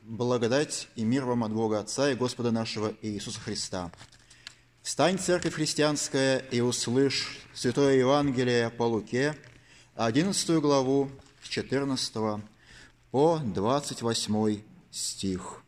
Благодать и мир вам от Бога Отца и Господа нашего Иисуса Христа. Встань, церковь христианская, и услышь Святое Евангелие по Луке, 11 главу, с 14 по 28 стих.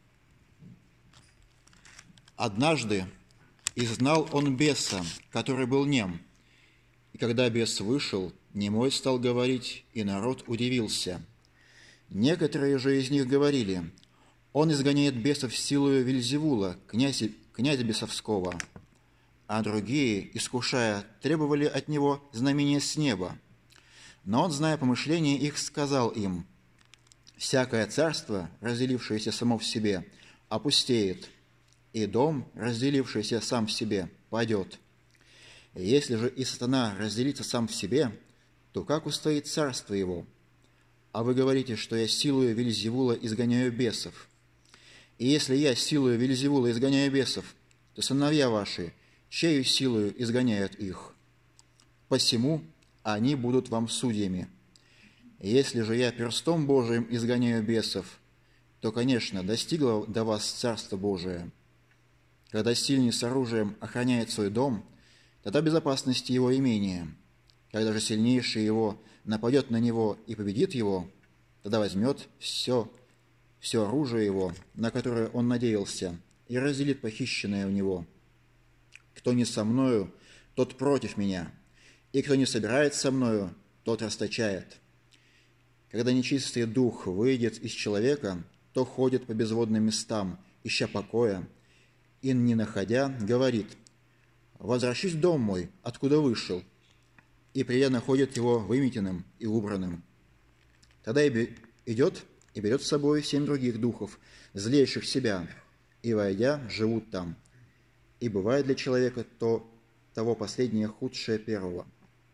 «Однажды изгнал он беса, который был нем, и когда бес вышел, немой стал говорить, и народ удивился. Некоторые же из них говорили: он изгоняет бесов силою Вельзевула, князя бесовского. А другие, искушая, требовали от него знамения с неба. Но он, зная помышления их, сказал им: всякое царство, разделившееся само в себе, опустеет, и дом, разделившийся сам в себе, падет. Если же и сатана разделится сам в себе, то как устоит царство его? А вы говорите, что я силою Вельзевула изгоняю бесов. И если я силою Вельзевула изгоняю бесов, то сыновья ваши, чею силою изгоняют их? Посему они будут вам судьями. Если же я перстом Божиим изгоняю бесов, то, конечно, достигло до вас Царство Божие. Когда сильный с оружием охраняет свой дом, тогда безопасности его имения. Когда же сильнейший его нападет на него и победит его, тогда возьмет все оружие его, на которое он надеялся, и разделит похищенное у него. Кто не со мною, тот против меня, и кто не собирает со мною, тот расточает. Когда нечистый дух выйдет из человека, то ходит по безводным местам, ища покоя, и, не находя, говорит: возвращусь в дом мой, откуда вышел, и придя находит его выметенным и убранным. Тогда идет и берет с собой 7 других духов, злейших себя, и, войдя, живут там. И бывает для человека того последнее худшее первого.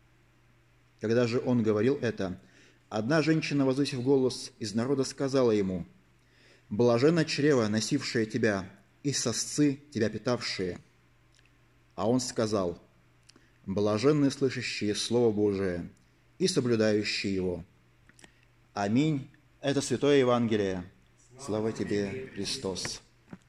Когда же он говорил это, одна женщина, возвысив голос, из народа сказала ему: блаженно чрево, носившее тебя, и сосцы, тебя питавшие. А он сказал: блаженны слышащие Слово Божие и соблюдающие его. Аминь. Это Святое Евангелие. Слава тебе, Христос.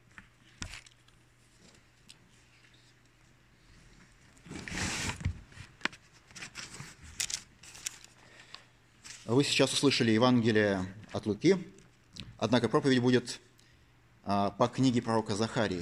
Вы сейчас услышали Евангелие от Луки, однако проповедь будет по книге пророка Захарии.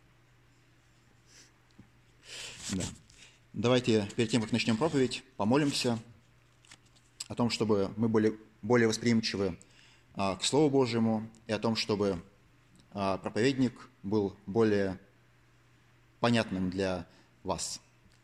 Да. Давайте перед тем, как начнем проповедь, помолимся о том, чтобы мы были более восприимчивы к Слову Божьему, и о том, чтобы проповедник был более понятным для вас.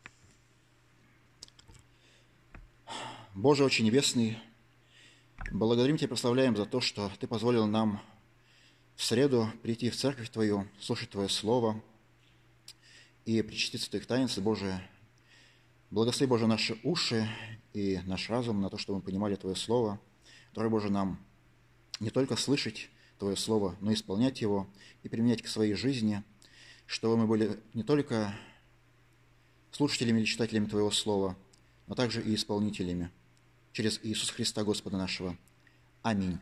Боже, Отче Небесный, благодарим Тебя и прославляем за то, что Ты позволил нам в среду прийти в церковь Твою, слушать Твое Слово и причаститься Твоих таинств. Боже, благослови, Боже, наши уши и наш разум на то, чтобы мы понимали Твое Слово. Дорогой Боже, нам не только слышать Твое Слово, но и исполнять его и применять к своей жизни, чтобы мы были не только слушателями или читателями Твоего Слова, но также и исполнителями. Через Иисуса Христа, Господа нашего. Аминь.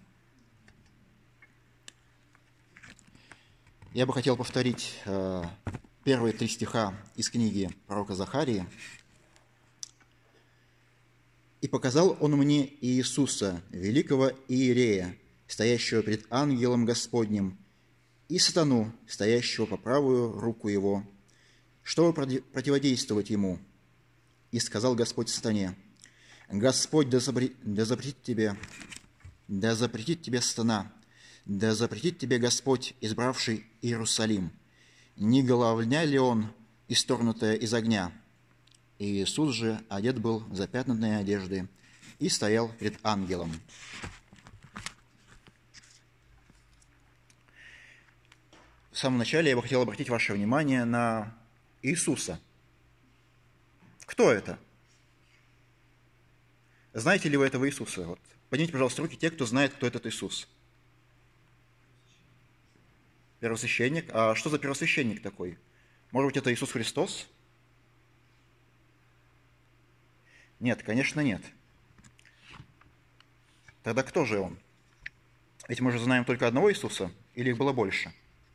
Я бы хотел повторить первые 3 стиха из книги пророка Захарии. «И показал он мне Иисуса, великого Иерея, стоящего пред ангелом Господним, и сатану, стоящего по правую руку его, чтобы противодействовать ему. И сказал Господь сатане: Господь да запретит тебе сатана, да запретит тебе Господь, избравший Иерусалим. Не головня ли он, исторгнутая из огня? И Иисус же одет был в запятнанные одежды и стоял пред ангелом». В самом начале я бы хотел обратить ваше внимание на Иисуса. Кто это? Знаете ли вы этого Иисуса? Вот. Поднимите, пожалуйста, руки те, кто знает, кто этот Иисус. Первосвященник. А что за первосвященник такой? Может быть, это Иисус Христос? Нет, конечно, нет. Тогда кто же он? Ведь мы же знаем только одного Иисуса, или их было больше?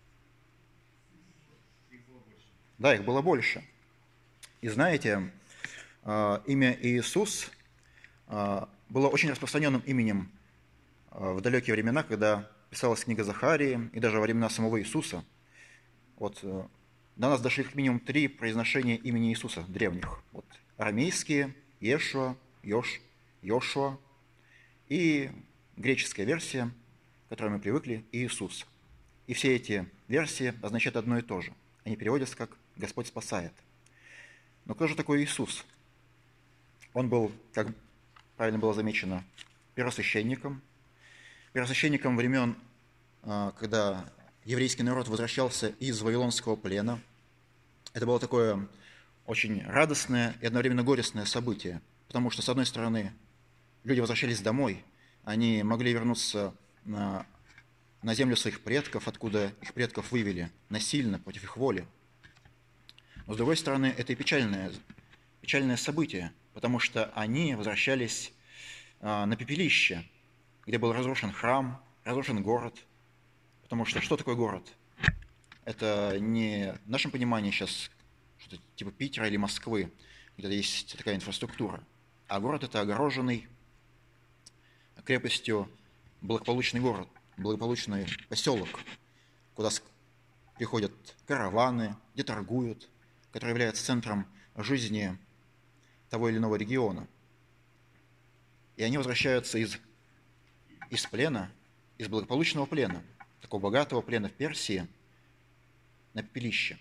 Да, их было больше. И знаете, имя Иисус было очень распространенным именем в далекие времена, когда писалась книга Захарии, и даже во времена самого Иисуса. Вот, до нас дошли как минимум 3 произношения имени Иисуса древних. Вот, арамейские, Иешуа, Йошуа, и греческая версия, к которой мы привыкли, Иисус. И все эти версии означают одно и то же. Они переводятся как «Господь спасает». Но кто же такой Иисус? Он был, как правильно было замечено, первосвященником времен, когда еврейский народ возвращался из вавилонского плена. Это было такое очень радостное и одновременно горестное событие, потому что, с одной стороны, люди возвращались домой, они могли вернуться на землю своих предков, откуда их предков вывели насильно, против их воли. Но, с другой стороны, это и печальное событие, потому что они возвращались на пепелище, где был разрушен храм, разрушен город. Потому что такое город? Это не в нашем понимании сейчас что-то типа Питера или Москвы, где есть такая инфраструктура. А город – это огороженный крепостью благополучный город, благополучный поселок, куда приходят караваны, где торгуют, который является центром жизни того или иного региона. И они возвращаются из плена, из благополучного плена, такого богатого плена в Персии, на пепелище.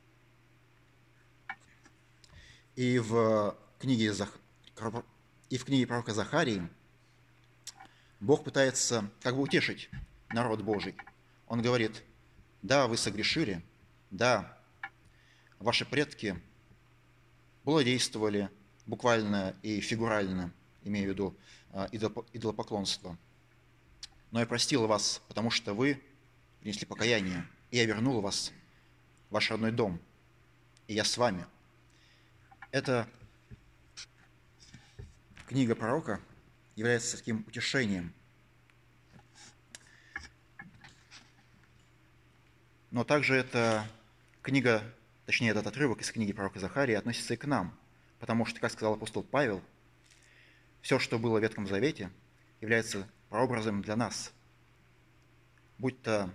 И в книге пророка Захарии Бог пытается как бы утешить народ Божий. Он говорит: да, вы согрешили, да, ваши предки блудодействовали буквально и фигурально, имея в виду идолопоклонство. Но я простил вас, потому что вы принесли покаяние, и я вернул вас в ваш родной дом, и я с вами. Эта книга пророка является таким утешением. Но также эта книга, точнее этот отрывок из книги пророка Захарии относится и к нам, потому что, как сказал апостол Павел, все, что было в Ветхом Завете, является прообразом для нас. Будь то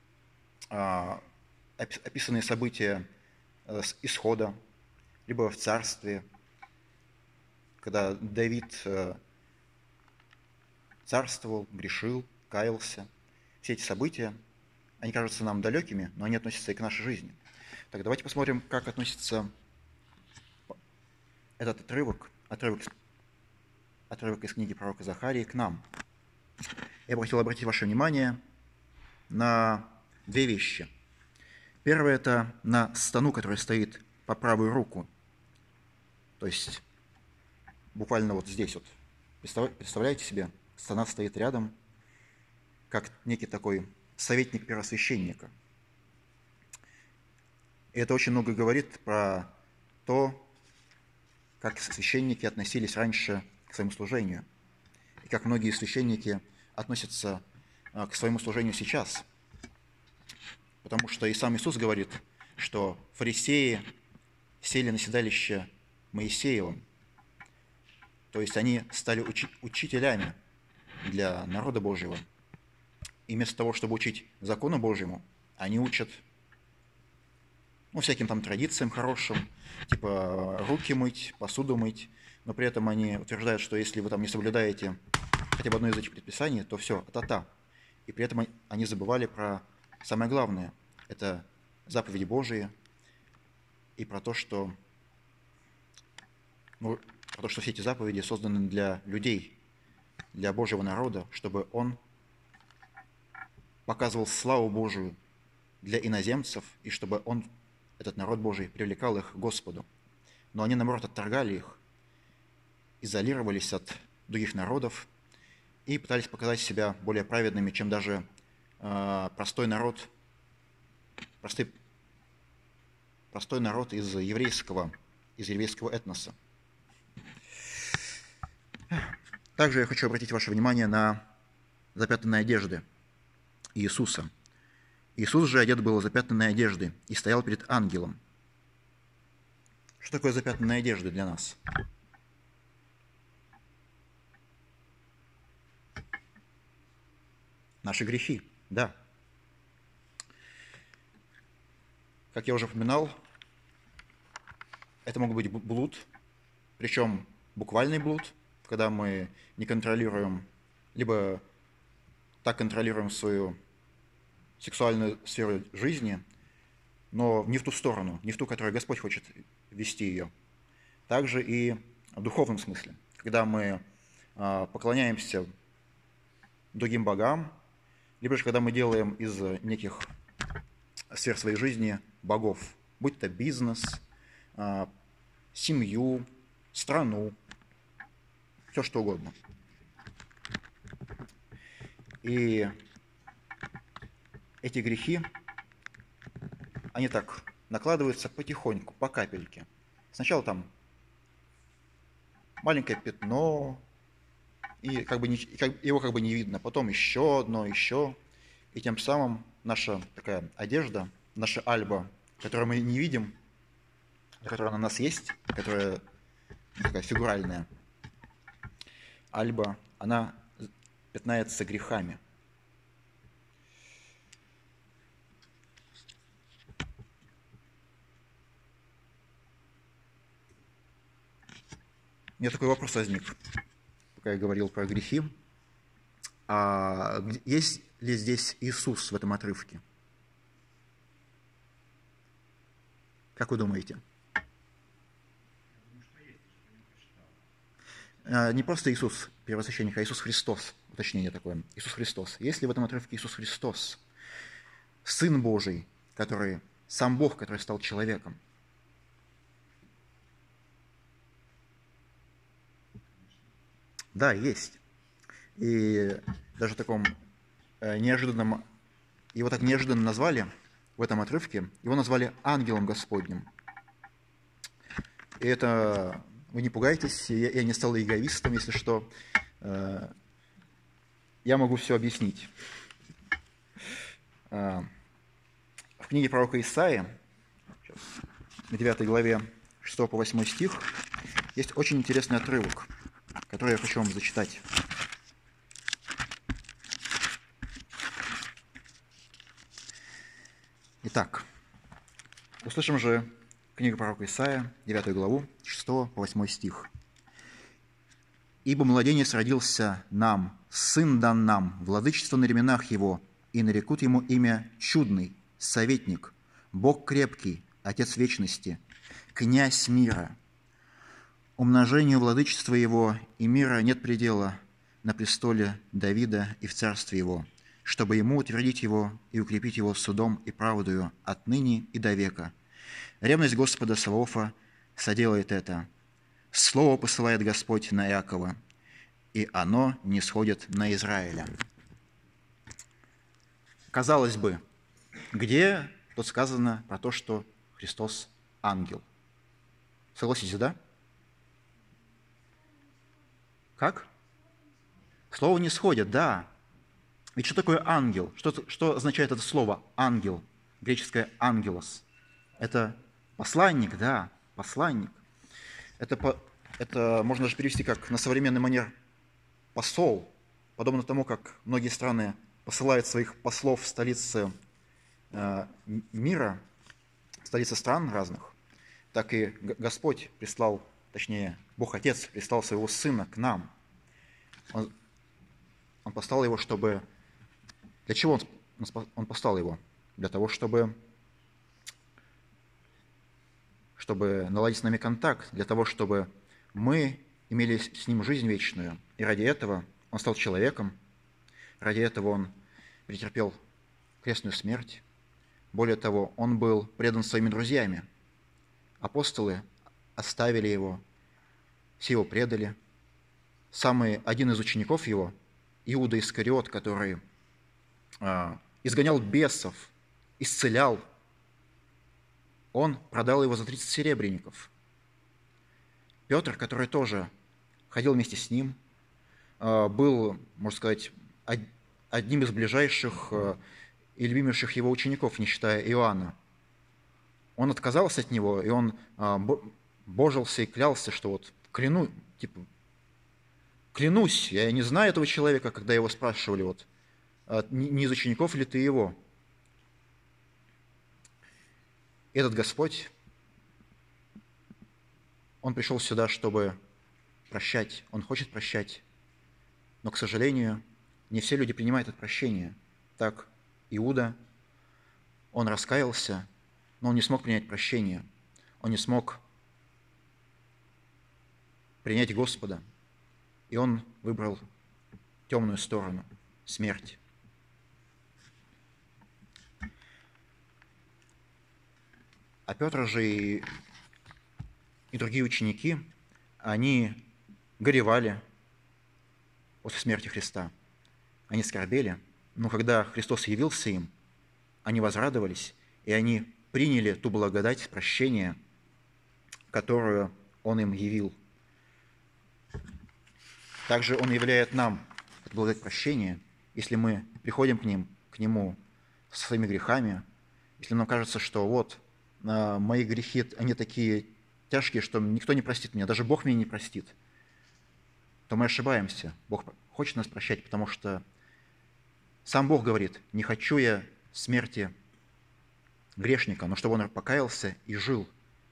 описанные события с Исхода, либо в Царстве, когда Давид царствовал, грешил, каялся. Все эти события, они кажутся нам далекими, но они относятся и к нашей жизни. Так давайте посмотрим, как относится этот отрывок из книги пророка Захарии к нам. Я бы хотел обратить ваше внимание на 2 вещи. Первое – это на стану, который стоит по правую руку. То есть буквально вот здесь вот. Представляете себе, стана стоит рядом, как некий такой советник первосвященника. И это очень много говорит про то, как священники относились раньше к своему служению, и как многие священники относятся к своему служению сейчас. Потому что и сам Иисус говорит, что фарисеи сели на седалище Моисеевым, то есть они стали учителями для народа Божьего. И вместо того, чтобы учить закону Божьему, они учат всяким там традициям хорошим, типа руки мыть, посуду мыть, но при этом они утверждают, что если вы там не соблюдаете хотя бы одно из этих предписаний, то все, та-та. И при этом они забывали про самое главное – это заповеди Божии и про то, что все эти заповеди созданы для людей, для Божьего народа, чтобы он показывал славу Божию для иноземцев, и чтобы этот народ Божий, привлекал их к Господу. Но они, наоборот, отторгали их, изолировались от других народов и пытались показать себя более праведными, чем даже простой народ из еврейского этноса. Также я хочу обратить ваше внимание на запятнанные одежды Иисуса. Иисус же одет был в запятнанные одежды и стоял перед ангелом. Что такое запятнанные одежды для нас? Наши грехи, да. Как я уже упоминал, это мог быть блуд, причем буквальный блуд, когда мы не контролируем, либо так контролируем свою сексуальную сферу жизни, но не в ту сторону, не в ту, которую Господь хочет вести ее. Также и в духовном смысле, когда мы поклоняемся другим богам, либо же когда мы делаем из неких сфер своей жизни богов, будь то бизнес, семью, страну, все что угодно. И эти грехи, они так накладываются потихоньку, по капельке. Сначала там маленькое пятно, и его как бы не видно, потом еще одно, еще. И тем самым наша такая одежда, наша альба, которую мы не видим, которая на нас есть, которая такая фигуральная, альба, она пятнается грехами. У меня такой вопрос возник, пока я говорил про грехи. А есть ли здесь Иисус в этом отрывке? Как вы думаете? Не просто Иисус, первосвященник, а Иисус Христос. Уточнение такое. Иисус Христос. Есть ли в этом отрывке Иисус Христос? Сын Божий, который, сам Бог, который стал человеком. Да, есть. И даже в таком неожиданном, его так неожиданно назвали в этом отрывке, его назвали ангелом Господним. И это, вы не пугайтесь, я не стал эгоистом, если что, я могу все объяснить. В книге пророка Исаии, в 9 главе 6 по 8 стих, есть очень интересный отрывок, который я хочу вам зачитать. Итак, услышим же книгу пророка Исаия, 9 главу, 6 по 8 стих. «Ибо младенец родился нам, сын дан нам, владычество на ременах его, и нарекут ему имя Чудный, Советник, Бог крепкий, Отец вечности, Князь мира. Умножению владычества его и мира нет предела на престоле Давида и в царстве его, чтобы ему утвердить его и укрепить его судом и правдою отныне и до века. Ревность Господа Саваофа соделает это. Слово посылает Господь на Иакова, и оно не сходит на Израиля». Казалось бы, где тут сказано про то, что Христос ангел? Согласитесь, да? Как? Слово не сходит, да. Ведь что такое ангел? Что означает это слово ангел? Греческое ангелос. Это посланник, да, посланник. Это можно даже перевести как на современный манер посол, подобно тому, как многие страны посылают своих послов в столицы мира, столицы стран разных, так и Господь прислал, точнее, Бог Отец прислал своего Сына к нам. Он послал его, чтобы... Для чего он послал его? Для того, чтобы наладить с нами контакт, для того, чтобы мы имели с ним жизнь вечную. И ради этого он стал человеком, ради этого он претерпел крестную смерть. Более того, он был предан своими друзьями. Апостолы оставили его, все его предали. Один из учеников его, Иуда Искариот, который изгонял бесов, исцелял, он продал его за 30 серебряников. Петр, который тоже ходил вместе с ним, был, можно сказать, одним из ближайших и любимейших его учеников, не считая Иоанна. Он отказался от него, и он божился и клялся, что вот клянусь, я не знаю этого человека, когда его спрашивали, вот, не из учеников ли ты его? Этот Господь, Он пришел сюда, чтобы прощать, Он хочет прощать, но, к сожалению, не все люди принимают это прощение. Так, Иуда, он раскаялся, но он не смог принять прощение, он не смог принять Господа, и он выбрал темную сторону, смерть. А Петр же и другие ученики, они горевали после смерти Христа. Они скорбели, но когда Христос явился им, они возрадовались, и они приняли ту благодать прощения, которую Он им явил. Также Он являет нам эту благодать прощения, если мы приходим к Нему со своими грехами, если нам кажется, что вот мои грехи, они такие тяжкие, что никто не простит меня, даже Бог меня не простит, то мы ошибаемся. Бог хочет нас прощать, потому что сам Бог говорит: не хочу я смерти грешника, но чтобы он покаялся и жил.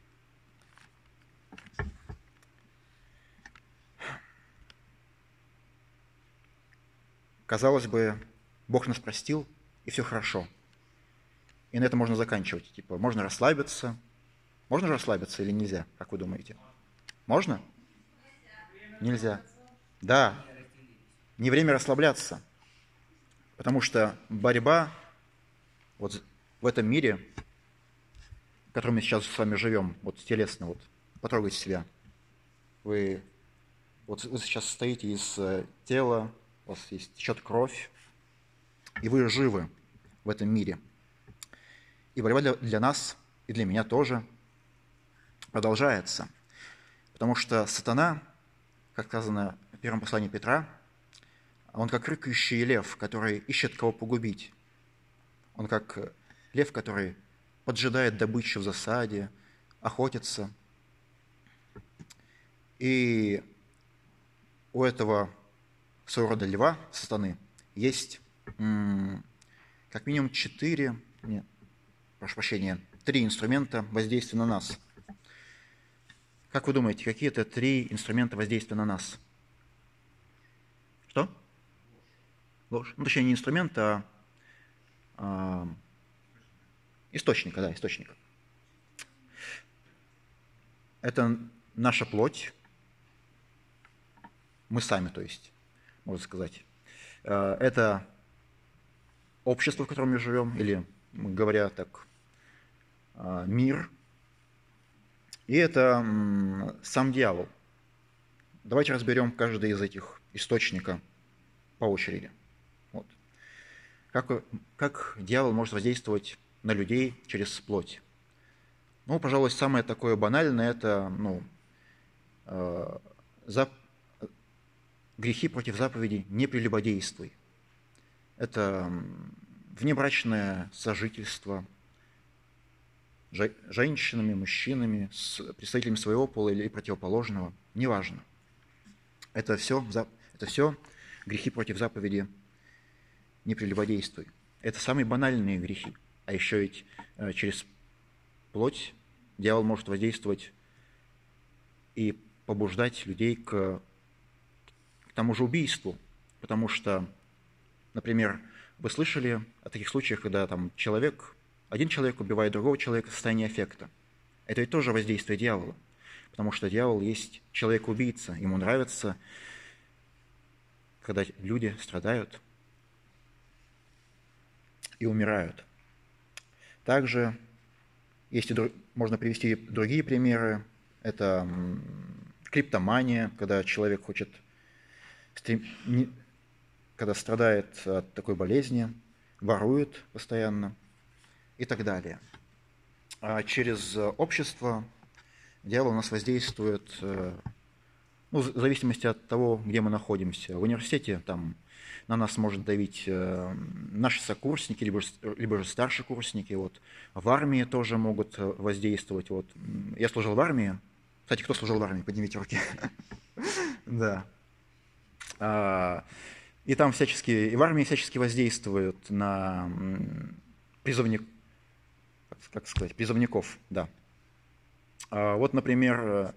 Казалось бы, Бог нас простил, и все хорошо. И на этом можно заканчивать. Типа, можно расслабиться. Можно же расслабиться или нельзя, как вы думаете? Можно? Нельзя. Да. Не время расслабляться. Потому что борьба вот в этом мире, в котором мы сейчас с вами живем, вот телесно, вот потрогайте себя. Вы сейчас состоите из тела, у вас течет кровь, и вы живы в этом мире. И борьба для нас, и для меня тоже, продолжается. Потому что сатана, как сказано в первом послании Петра, он как рыкающий лев, который ищет кого погубить. Он как лев, который поджидает добычу в засаде, охотится. И у этого своего рода льва, сатаны, есть как минимум 3 инструмента воздействия на нас. Как вы думаете, какие это 3 инструмента воздействия на нас? Что? Ложь. Ну, точнее, не инструмент, а источника, да, источника. Это наша плоть, мы сами, то есть, можно сказать. Это общество, в котором мы живем, или, говоря так, мир. И это сам дьявол. Давайте разберем каждый из этих источников по очереди. Вот. Как дьявол может воздействовать на людей через плоть? Ну, пожалуй, самое такое банальное – это грехи против заповедей «не прелюбодействуй». Это внебрачное сожительство с женщинами, мужчинами, с представителями своего пола или противоположного, неважно. Это все грехи против заповеди «не прелюбодействуй». Это самые банальные грехи. А еще ведь через плоть дьявол может воздействовать и побуждать людей к тому же убийству. Потому что, например, вы слышали о таких случаях, когда там один человек убивает другого человека в состоянии аффекта. Это ведь тоже воздействие дьявола. Потому что дьявол есть человек-убийца. Ему нравится, когда люди страдают и умирают. Также можно привести другие примеры. Это клептомания, когда человек когда страдает от такой болезни, ворует постоянно и так далее. А через общество дьявол у нас воздействует, в зависимости от того, где мы находимся. В университете там на нас может давить наши сокурсники, либо же старшекурсники. Вот. В армии тоже могут воздействовать. Вот. Я служил в армии. Кстати, кто служил в армии? Поднимите руки. Да. И там и в армии всячески воздействуют на призывников, да. Вот, например,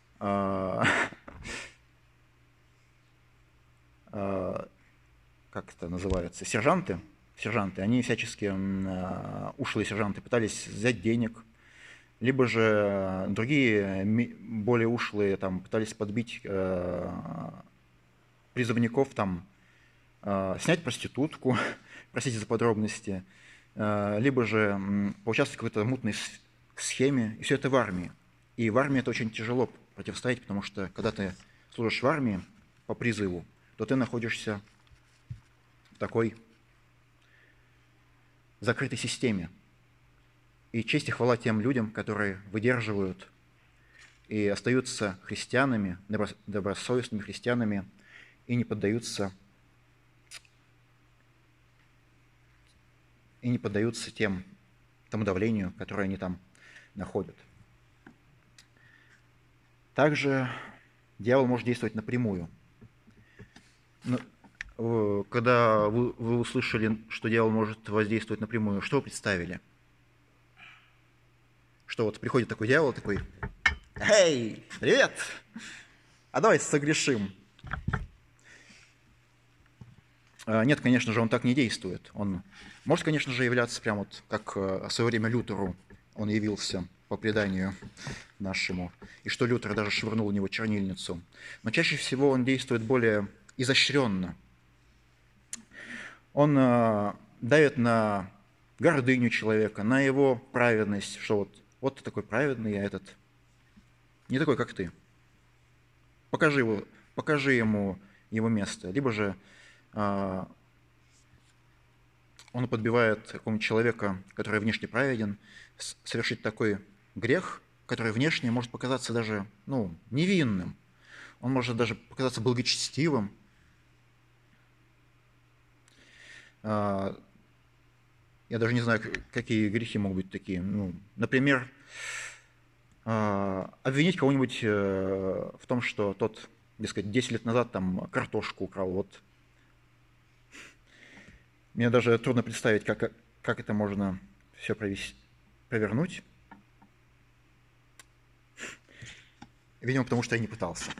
как это называется, сержанты, они всячески, ушлые сержанты, пытались взять денег, либо же другие, более ушлые, там, пытались подбить призывников, там, снять проститутку, простите за подробности, либо же поучаствовать в какой-то мутной схеме, и все это в армии. И в армии это очень тяжело противостоять, потому что когда ты служишь в армии по призыву, то ты находишься в такой закрытой системе. И честь и хвала тем людям, которые выдерживают и остаются христианами, добросовестными христианами, и не поддаются тому давлению, которое они там находят. Также дьявол может действовать напрямую. Когда вы услышали, что дьявол может воздействовать напрямую, что вы представили? Что вот приходит такой дьявол, такой: «Эй, привет! А давай согрешим». Нет, конечно же, он так не действует. Он может, конечно же, являться прямо вот как в свое время Лютеру он явился по преданию нашему, и что Лютер даже швырнул в него чернильницу. Но чаще всего он действует более изощренно. Он давит на гордыню человека, на его праведность, что вот ты такой праведный, а этот не такой, как ты. Покажи ему его место. Либо же он подбивает какого-нибудь человека, который внешне праведен, совершить такой грех, который внешне может показаться даже невинным. Он может даже показаться благочестивым. Я даже не знаю, какие грехи могут быть такие. Например, обвинить кого-нибудь в том, что тот, дескать, 10 лет назад там картошку украл. Вот. Мне даже трудно представить, как это можно все провернуть. Видимо, потому что я не пытался.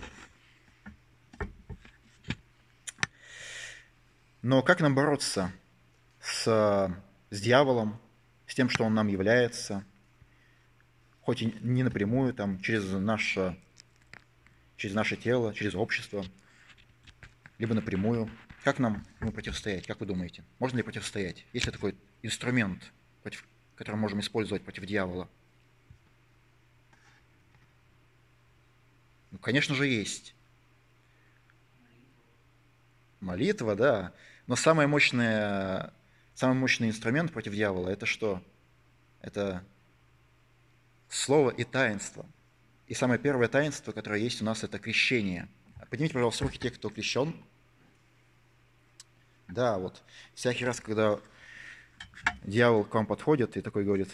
Но как нам бороться с дьяволом, с тем, что он нам является, хоть и не напрямую, там, через наше тело, через общество, либо напрямую? Как нам ему противостоять? Как вы думаете? Можно ли противостоять? Есть ли такой инструмент, который мы можем использовать против дьявола? Конечно же, есть. Молитва, да. Но самый мощный инструмент против дьявола – это что? Это слово и таинство. И самое первое таинство, которое есть у нас, это крещение. Поднимите, пожалуйста, руки те, кто крещен. Да, вот. Всякий раз, когда дьявол к вам подходит и такой говорит: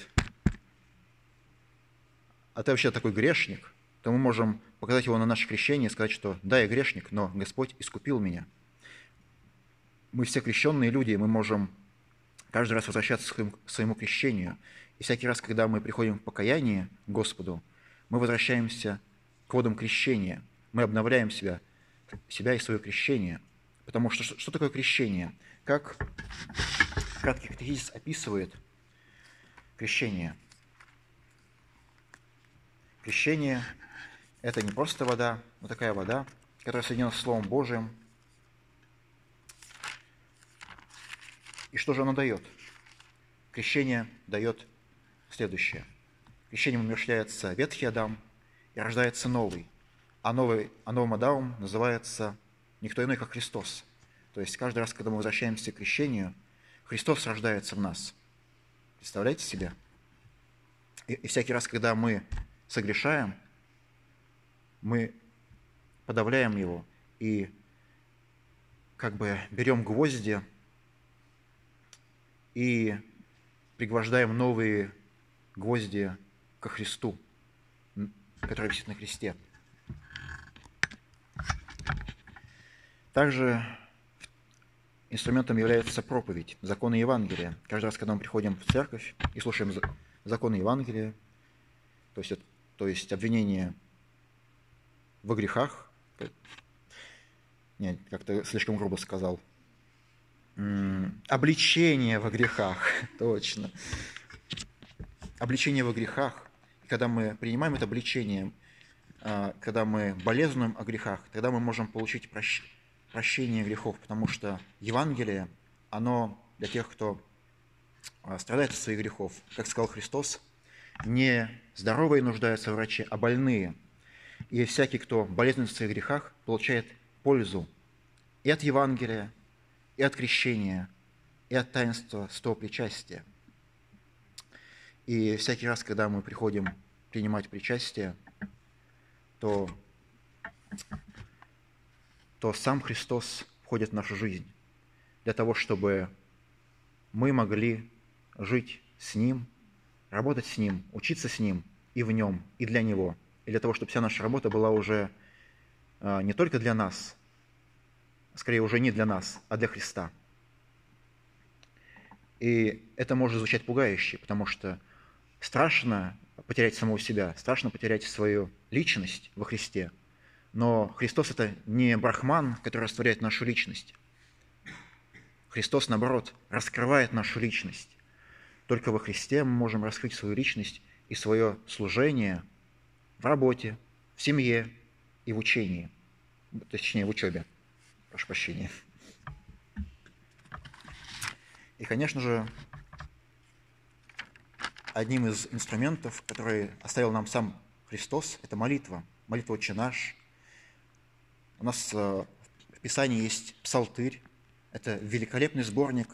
«А ты вообще такой грешник», то мы можем показать его на наше крещение и сказать, что да, я грешник, но Господь искупил меня. Мы все крещенные люди, мы можем каждый раз возвращаться к своему крещению. И всякий раз, когда мы приходим в покаяние к Господу, мы возвращаемся к водам крещения. Мы обновляем себя и свое крещение. Потому что такое крещение? Как краткий катехизис описывает крещение? Крещение – это не просто вода, но такая вода, которая соединена с Словом Божиим. И что же оно дает? Крещение дает следующее. Крещением умерщвляется ветхий Адам и рождается новый. А новым Адамом называется никто иной, как Христос. То есть каждый раз, когда мы возвращаемся к крещению, Христос рождается в нас. Представляете себе? И всякий раз, когда мы согрешаем, мы подавляем его. И как бы берем гвозди и пригвождаем новые гвозди ко Христу, который висит на кресте. Также инструментом является проповедь, законы Евангелия. Каждый раз, когда мы приходим в церковь и слушаем законы Евангелия, то есть обвинение во грехах, нет, как-то слишком грубо сказал, обличение во грехах, точно, обличение во грехах. И когда мы принимаем это обличение, когда мы болезнуем о грехах, тогда мы можем получить прощение грехов, потому что Евангелие, оно для тех, кто страдает от своих грехов. Как сказал Христос, не здоровые нуждаются в враче, а больные. И всякий, кто болезнен в своих грехах, получает пользу и от Евангелия, и от крещения, и от таинства стопричастия. И всякий раз, когда мы приходим принимать причастие, то сам Христос входит в нашу жизнь для того, чтобы мы могли жить с Ним, работать с Ним, учиться с Ним и в Нем, и для Него. И для того, чтобы вся наша работа была уже не только для нас, скорее уже не для нас, а для Христа. И это может звучать пугающе, потому что страшно потерять самого себя, страшно потерять свою личность во Христе. Но Христос – это не брахман, который растворяет нашу личность. Христос, наоборот, раскрывает нашу личность. Только во Христе мы можем раскрыть свою личность и свое служение в работе, в семье и в учении. Точнее, в учебе. Прошу прощения. И, конечно же, одним из инструментов, который оставил нам сам Христос, это молитва. Молитва «Отче наш». У нас в Писании есть псалтырь. Это великолепный сборник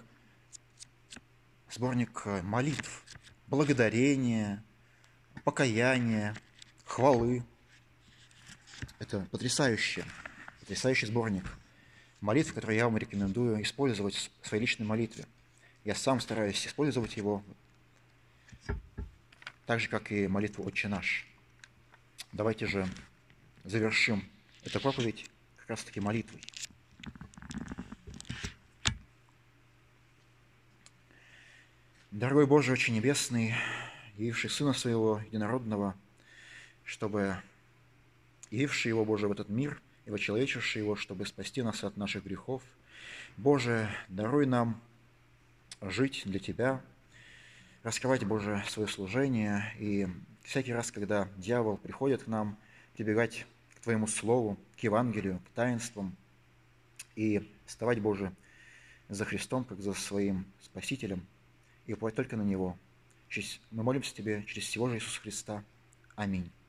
молитв, благодарения, покаяния, хвалы. Это потрясающий сборник молитв, который я вам рекомендую использовать в своей личной молитве. Я сам стараюсь использовать его, так же, как и молитву «Отче наш». Давайте же завершим эту проповедь как раз-таки молитвой. Дорогой Боже, Отче Небесный, явивший Сына Своего Единородного, явивший Его, Боже, в этот мир и вочеловечивший Его, чтобы спасти нас от наших грехов. Боже, даруй нам жить для Тебя, раскрывать, Боже, свое служение, и всякий раз, когда дьявол приходит к нам, прибегать к Твоему Слову, к Евангелию, к таинствам, и вставать, Боже, за Христом, как за своим Спасителем, и уповать только на Него. Мы молимся Тебе через всего же Иисуса Христа. Аминь.